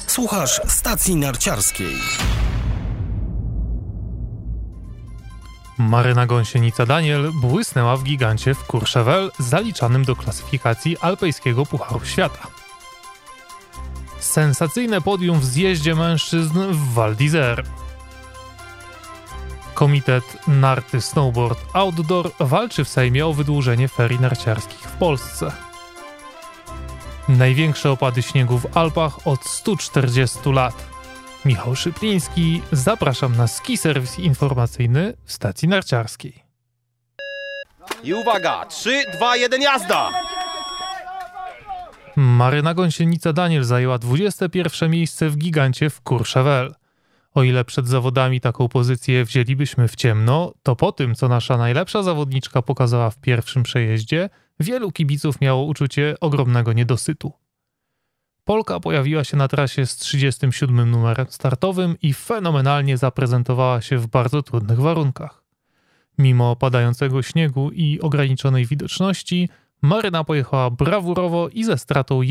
Słuchasz stacji narciarskiej. Maryna Gąsienica-Daniel błysnęła w gigancie w Courchevel, zaliczanym do klasyfikacji alpejskiego Pucharu Świata. Sensacyjne podium w zjeździe mężczyzn w Val d'Isère. Komitet Narty Snowboard Outdoor walczy w Sejmie o wydłużenie ferii narciarskich w Polsce. Największe opady śniegu w Alpach od 140 lat. Michał Szypliński, zapraszam na ski serwis informacyjny w stacji narciarskiej. I uwaga, 3, 2, 1, jazda! Maryna Gąsienica-Daniel zajęła 21. miejsce w gigancie w Courchevel. O ile przed zawodami taką pozycję wzięlibyśmy w ciemno, to po tym, co nasza najlepsza zawodniczka pokazała w pierwszym przejeździe, wielu kibiców miało uczucie ogromnego niedosytu. Polka pojawiła się na trasie z 37. numerem startowym i fenomenalnie zaprezentowała się w bardzo trudnych warunkach. Mimo padającego śniegu i ograniczonej widoczności, Maryna pojechała brawurowo i ze stratą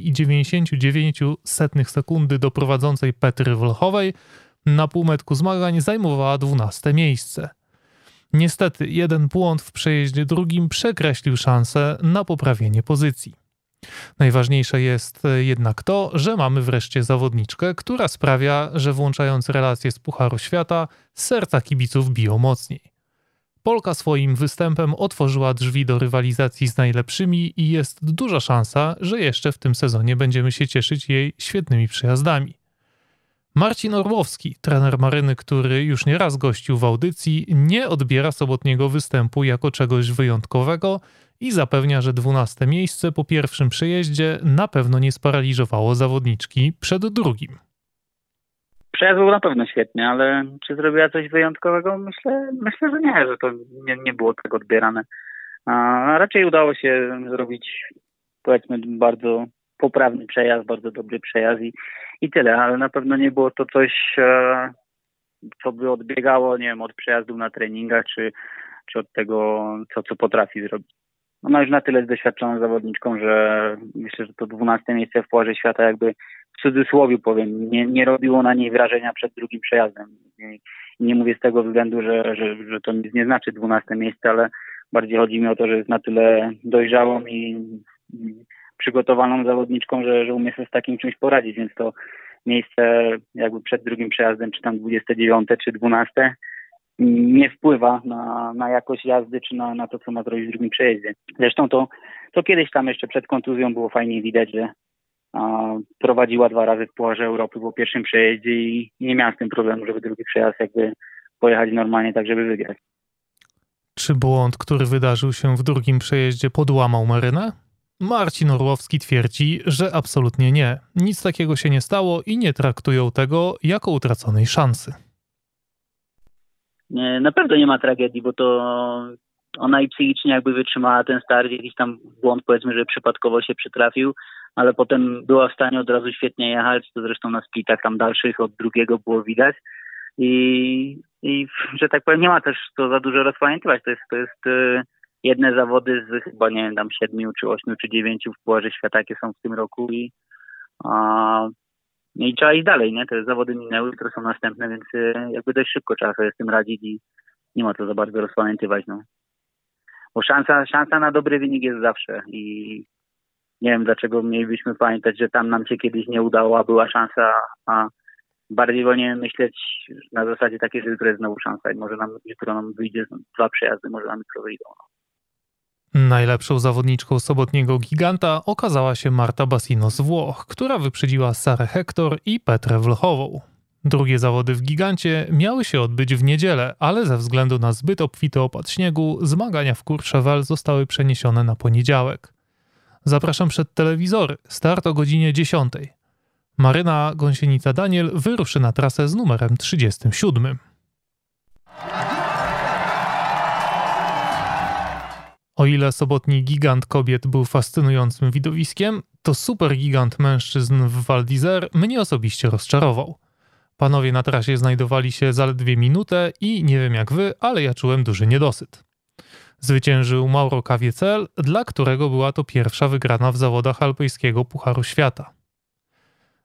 1,99 sekundy do prowadzącej Petry Wlchowej na półmetku zmagań zajmowała 12. miejsce. Niestety jeden błąd w przejeździe drugim przekreślił szansę na poprawienie pozycji. Najważniejsze jest jednak to, że mamy wreszcie zawodniczkę, która sprawia, że włączając relacje z Pucharu Świata, serca kibiców biją mocniej. Polka swoim występem otworzyła drzwi do rywalizacji z najlepszymi i jest duża szansa, że jeszcze w tym sezonie będziemy się cieszyć jej świetnymi przejazdami. Marcin Orłowski, trener Maryny, który już nieraz gościł w audycji, nie odbiera sobotniego występu jako czegoś wyjątkowego i zapewnia, że 12. miejsce po pierwszym przejeździe na pewno nie sparaliżowało zawodniczki przed drugim. Przejazd był na pewno świetny, ale czy zrobiła coś wyjątkowego? Myślę, że nie, że to nie było tak odbierane. A raczej udało się zrobić, powiedzmy, bardzo poprawny przejazd, bardzo dobry przejazd i tyle, ale na pewno nie było to coś, co by odbiegało, nie wiem, od przejazdu na treningach, czy od tego, co potrafi zrobić. Ona już na tyle jest doświadczoną zawodniczką, że myślę, że to 12. miejsce w Pucharze Świata jakby w cudzysłowie powiem, nie robiło na niej wrażenia przed drugim przejazdem. I nie mówię z tego względu, że to nic nie znaczy 12. miejsce, ale bardziej chodzi mi o to, że jest na tyle dojrzałą i przygotowaną zawodniczką, że umie sobie z takim czymś poradzić, więc to miejsce jakby przed drugim przejazdem, czy tam 29, czy 12, nie wpływa na jakość jazdy, czy na to, co ma zrobić w drugim przejeździe. Zresztą to kiedyś tam jeszcze przed kontuzją było fajnie widać, że prowadziła 2 razy w Pucharze Europy po pierwszym przejeździe i nie miała z tym problemu, żeby drugi przejazd jakby pojechać normalnie tak, żeby wygrać. Czy błąd, który wydarzył się w drugim przejeździe, podłamał Marynę? Marcin Orłowski twierdzi, że absolutnie nie. Nic takiego się nie stało i nie traktują tego jako utraconej szansy. Na pewno nie ma tragedii, bo to ona i psychicznie jakby wytrzymała ten start, jakiś tam błąd, powiedzmy, że przypadkowo się przytrafił, ale potem była w stanie od razu świetnie jechać, to zresztą na splitach tam dalszych od drugiego było widać i że tak powiem, nie ma też to za dużo rozpamiętywać, to jest jedne zawody z chyba, nie wiem, tam 7 czy 8 czy 9 w Pucharze Świata, jakie są w tym roku i trzeba iść dalej, nie? Te zawody minęły, które są następne, więc jakby dość szybko trzeba sobie z tym radzić i nie ma co za bardzo rozpamiętywać, no. Bo szansa na dobry wynik jest zawsze i nie wiem, dlaczego mielibyśmy pamiętać, że tam nam się kiedyś nie udało, a była szansa, a bardziej wolniej myśleć na zasadzie takiej, że jutro jest znowu szansa i może jutro nam wyjdzie 2 przejazdy, może nam jutro wyjdą. Najlepszą zawodniczką sobotniego giganta okazała się Marta Bassino z Włoch, która wyprzedziła Sarę Hector i Petrę Wlchową. Drugie zawody w gigancie miały się odbyć w niedzielę, ale ze względu na zbyt obfity opad śniegu zmagania w Courchevel zostały przeniesione na poniedziałek. Zapraszam przed telewizory, start o godzinie 10. Maryna Gąsienica-Daniel wyruszy na trasę z numerem 37. O ile sobotni gigant kobiet był fascynującym widowiskiem, to supergigant mężczyzn w Val d'Isère mnie osobiście rozczarował. Panowie na trasie znajdowali się zaledwie minutę i nie wiem jak wy, ale ja czułem duży niedosyt. Zwyciężył Mauro Kawiecel, dla którego była to pierwsza wygrana w zawodach alpejskiego Pucharu Świata.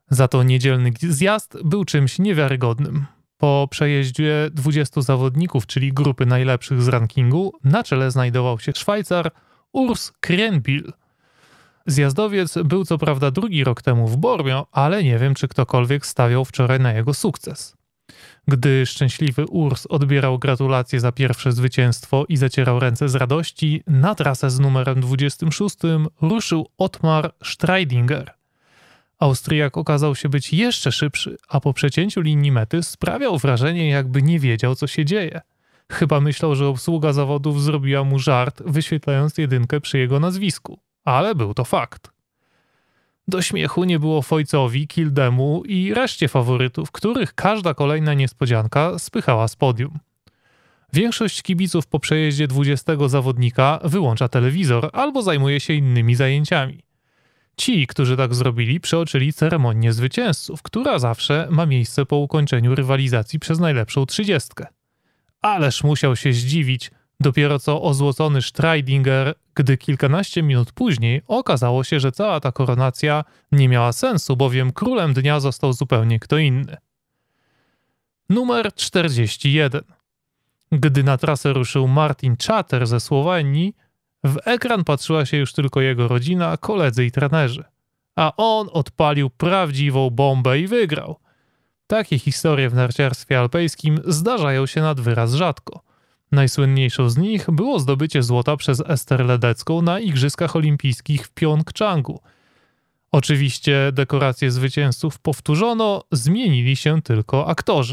Za to niedzielny zjazd był czymś niewiarygodnym. Po przejeździe 20 zawodników, czyli grupy najlepszych z rankingu, na czele znajdował się Szwajcar Urs Krenbil. Zjazdowiec był co prawda drugi rok temu w Bormio, ale nie wiem, czy ktokolwiek stawiał wczoraj na jego sukces. Gdy szczęśliwy Urs odbierał gratulacje za pierwsze zwycięstwo i zacierał ręce z radości, na trasę z numerem 26 ruszył Ottmar Streidinger. Austriak okazał się być jeszcze szybszy, a po przecięciu linii mety sprawiał wrażenie, jakby nie wiedział, co się dzieje. Chyba myślał, że obsługa zawodów zrobiła mu żart, wyświetlając jedynkę przy jego nazwisku. Ale był to fakt. Do śmiechu nie było Fojcowi, Kildemu i reszcie faworytów, których każda kolejna niespodzianka spychała z podium. Większość kibiców po przejeździe 20 zawodnika wyłącza telewizor albo zajmuje się innymi zajęciami. Ci, którzy tak zrobili, przeoczyli ceremonię zwycięzców, która zawsze ma miejsce po ukończeniu rywalizacji przez najlepszą 30. Ależ musiał się zdziwić, dopiero co ozłocony Streidinger, gdy kilkanaście minut później okazało się, że cała ta koronacja nie miała sensu, bowiem królem dnia został zupełnie kto inny. Numer 41. Gdy na trasę ruszył Martin Czater ze Słowenii, w ekran patrzyła się już tylko jego rodzina, koledzy i trenerzy. A on odpalił prawdziwą bombę i wygrał. Takie historie w narciarstwie alpejskim zdarzają się nad wyraz rzadko. Najsłynniejszą z nich było zdobycie złota przez Ester Ledecką na Igrzyskach Olimpijskich w Pjongczangu. Oczywiście dekoracje zwycięzców powtórzono, zmienili się tylko aktorzy.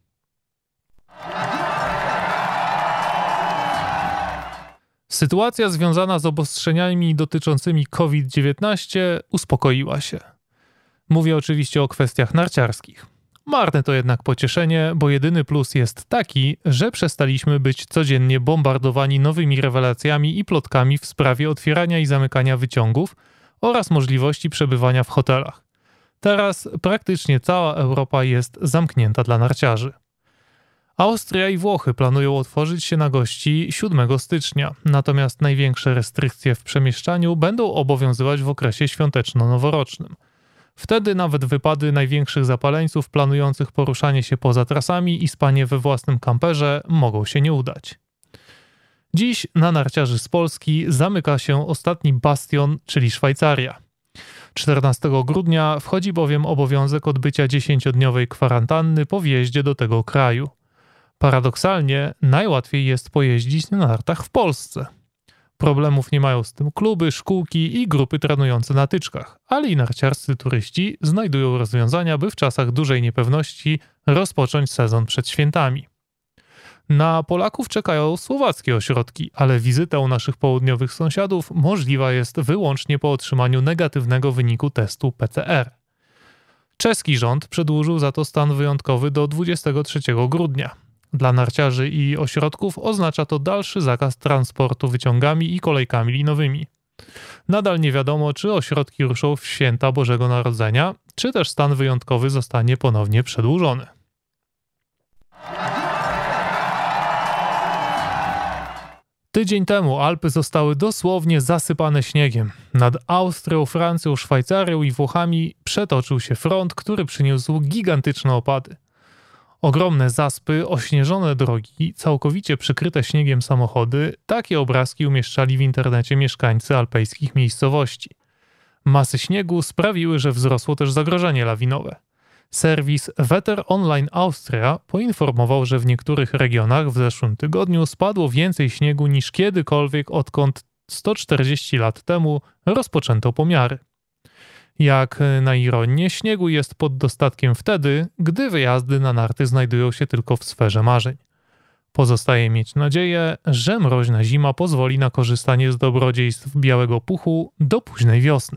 Sytuacja związana z obostrzeniami dotyczącymi COVID-19 uspokoiła się. Mówię oczywiście o kwestiach narciarskich. Marne to jednak pocieszenie, bo jedyny plus jest taki, że przestaliśmy być codziennie bombardowani nowymi rewelacjami i plotkami w sprawie otwierania i zamykania wyciągów oraz możliwości przebywania w hotelach. Teraz praktycznie cała Europa jest zamknięta dla narciarzy. Austria i Włochy planują otworzyć się na gości 7 stycznia, natomiast największe restrykcje w przemieszczaniu będą obowiązywać w okresie świąteczno-noworocznym. Wtedy nawet wypady największych zapaleńców planujących poruszanie się poza trasami i spanie we własnym kamperze mogą się nie udać. Dziś na narciarzy z Polski zamyka się ostatni bastion, czyli Szwajcaria. 14 grudnia wchodzi bowiem obowiązek odbycia 10-dniowej kwarantanny po wjeździe do tego kraju. Paradoksalnie najłatwiej jest pojeździć na nartach w Polsce. Problemów nie mają z tym kluby, szkółki i grupy trenujące na tyczkach, ale i narciarscy turyści znajdują rozwiązania, by w czasach dużej niepewności rozpocząć sezon przed świętami. Na Polaków czekają słowackie ośrodki, ale wizyta u naszych południowych sąsiadów możliwa jest wyłącznie po otrzymaniu negatywnego wyniku testu PCR. Czeski rząd przedłużył za to stan wyjątkowy do 23 grudnia. Dla narciarzy i ośrodków oznacza to dalszy zakaz transportu wyciągami i kolejkami linowymi. Nadal nie wiadomo, czy ośrodki ruszą w święta Bożego Narodzenia, czy też stan wyjątkowy zostanie ponownie przedłużony. Tydzień temu Alpy zostały dosłownie zasypane śniegiem. Nad Austrią, Francją, Szwajcarią i Włochami przetoczył się front, który przyniósł gigantyczne opady. Ogromne zaspy, ośnieżone drogi, całkowicie przykryte śniegiem samochody, takie obrazki umieszczali w internecie mieszkańcy alpejskich miejscowości. Masy śniegu sprawiły, że wzrosło też zagrożenie lawinowe. Serwis Wetter Online Austria poinformował, że w niektórych regionach w zeszłym tygodniu spadło więcej śniegu niż kiedykolwiek, odkąd 140 lat temu rozpoczęto pomiary. Jak na ironię, śniegu jest pod dostatkiem wtedy, gdy wyjazdy na narty znajdują się tylko w sferze marzeń. Pozostaje mieć nadzieję, że mroźna zima pozwoli na korzystanie z dobrodziejstw białego puchu do późnej wiosny.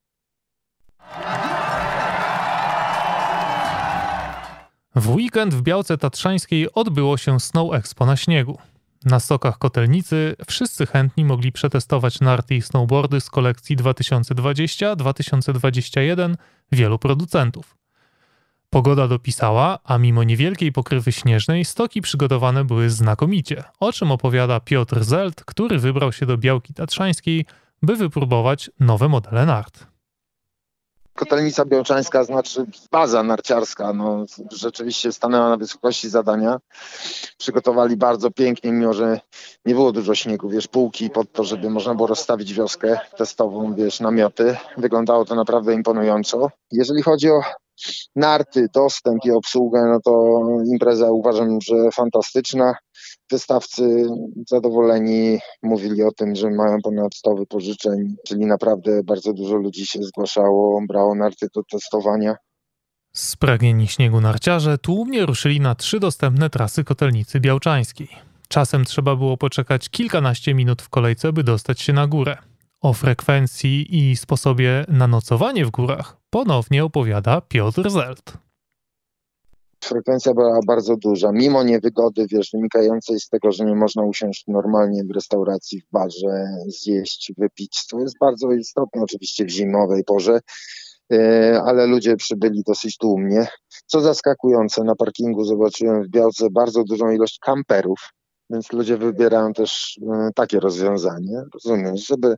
W weekend w Białce Tatrzańskiej odbyło się Snow Expo na śniegu. Na stokach Kotelnicy wszyscy chętni mogli przetestować narty i snowboardy z kolekcji 2020-2021 wielu producentów. Pogoda dopisała, a mimo niewielkiej pokrywy śnieżnej stoki przygotowane były znakomicie, o czym opowiada Piotr Zelt, który wybrał się do Białki Tatrzańskiej, by wypróbować nowe modele nart. Kotelnica Białczańska, znaczy baza narciarska, rzeczywiście stanęła na wysokości zadania. Przygotowali bardzo pięknie, mimo że nie było dużo śniegu, półki pod to, żeby można było rozstawić wioskę testową, namioty. Wyglądało to naprawdę imponująco. Jeżeli chodzi o narty, dostęp i obsługę, to impreza uważam, że fantastyczna. Wystawcy zadowoleni, mówili o tym, że mają ponad 100 wypożyczeń, czyli naprawdę bardzo dużo ludzi się zgłaszało, brało narty do testowania. Spragnieni śniegu narciarze tłumnie ruszyli na 3 dostępne trasy Kotelnicy Białczańskiej. Czasem trzeba było poczekać kilkanaście minut w kolejce, by dostać się na górę. O frekwencji i sposobie na nocowanie w górach ponownie opowiada Piotr Zelt. Frekwencja była bardzo duża, mimo niewygody, wynikającej z tego, że nie można usiąść normalnie w restauracji, w barze, zjeść, wypić. To jest bardzo istotne oczywiście w zimowej porze, ale ludzie przybyli dosyć tłumnie. Co zaskakujące, na parkingu zobaczyłem w Białce bardzo dużą ilość kamperów, więc ludzie wybierają też takie rozwiązanie, rozumiesz, żeby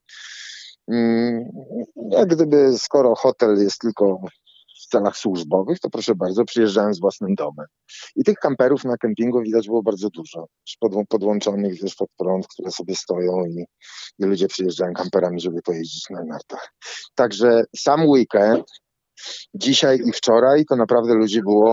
jak gdyby skoro hotel jest tylko w celach służbowych, to proszę bardzo, przyjeżdżają z własnym domem. I tych kamperów na kempingu widać było bardzo dużo, podłączonych pod prąd, które sobie stoją i ludzie przyjeżdżają kamperami, żeby pojeździć na nartach. Także sam weekend, dzisiaj i wczoraj, to naprawdę ludzi było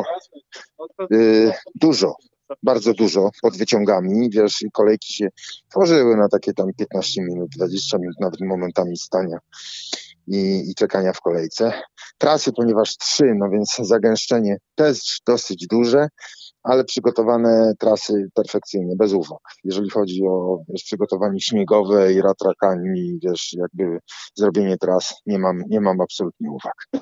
dużo. Bardzo dużo pod wyciągami, i kolejki się tworzyły na takie tam 15 minut, 20 minut, nawet momentami stania i czekania w kolejce. Trasy, ponieważ 3, więc zagęszczenie też dosyć duże, ale przygotowane trasy perfekcyjnie, bez uwag. Jeżeli chodzi o przygotowanie śniegowe i ratrakami, zrobienie tras, nie mam absolutnie uwag.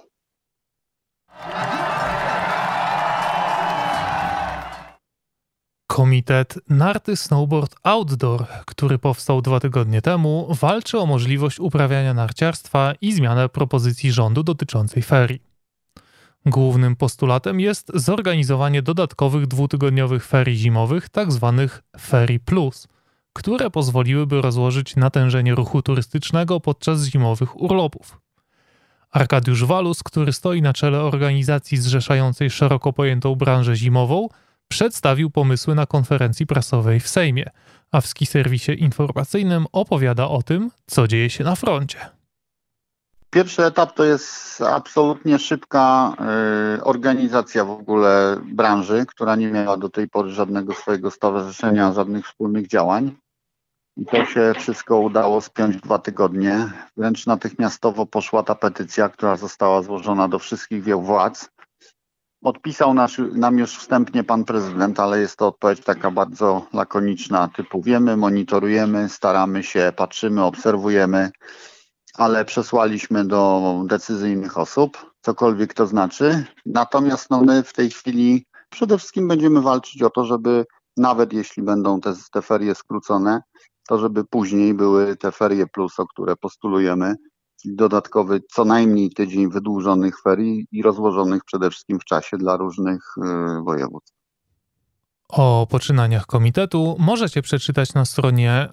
Komitet Narty Snowboard Outdoor, który powstał 2 tygodnie temu, walczy o możliwość uprawiania narciarstwa i zmianę propozycji rządu dotyczącej ferii. Głównym postulatem jest zorganizowanie dodatkowych 2-tygodniowych ferii zimowych, tzw. Ferii Plus, które pozwoliłyby rozłożyć natężenie ruchu turystycznego podczas zimowych urlopów. Arkadiusz Walus, który stoi na czele organizacji zrzeszającej szeroko pojętą branżę zimową, przedstawił pomysły na konferencji prasowej w Sejmie, a w ski-serwisie informacyjnym opowiada o tym, co dzieje się na froncie. Pierwszy etap to jest absolutnie szybka organizacja w ogóle branży, która nie miała do tej pory żadnego swojego stowarzyszenia, żadnych wspólnych działań. I to się wszystko udało spiąć w 2 tygodnie. Wręcz natychmiastowo poszła ta petycja, która została złożona do wszystkich władz. Odpisał nam już wstępnie pan prezydent, ale jest to odpowiedź taka bardzo lakoniczna, typu wiemy, monitorujemy, staramy się, patrzymy, obserwujemy, ale przesłaliśmy do decyzyjnych osób, cokolwiek to znaczy. Natomiast my w tej chwili przede wszystkim będziemy walczyć o to, żeby nawet jeśli będą te ferie skrócone, to żeby później były te ferie plus, o które postulujemy, czyli dodatkowy co najmniej tydzień wydłużonych ferii i rozłożonych przede wszystkim w czasie dla różnych województw. O poczynaniach komitetu możecie przeczytać na stronie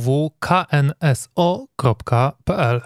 www.knso.pl.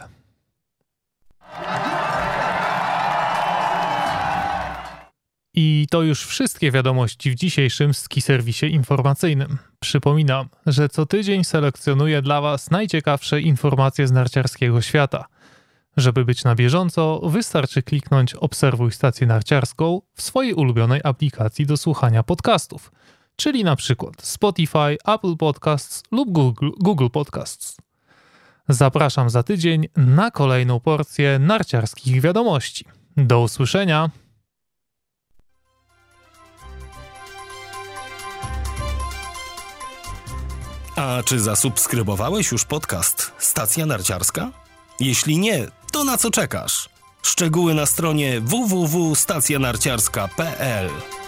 I to już wszystkie wiadomości w dzisiejszym ski-serwisie informacyjnym. Przypominam, że co tydzień selekcjonuję dla Was najciekawsze informacje z narciarskiego świata. Żeby być na bieżąco, wystarczy kliknąć Obserwuj stację narciarską w swojej ulubionej aplikacji do słuchania podcastów, czyli na przykład Spotify, Apple Podcasts lub Google Podcasts. Zapraszam za tydzień na kolejną porcję narciarskich wiadomości. Do usłyszenia! A czy zasubskrybowałeś już podcast Stacja Narciarska? Jeśli nie, to na co czekasz? Szczegóły na stronie www.stacjanarciarska.pl.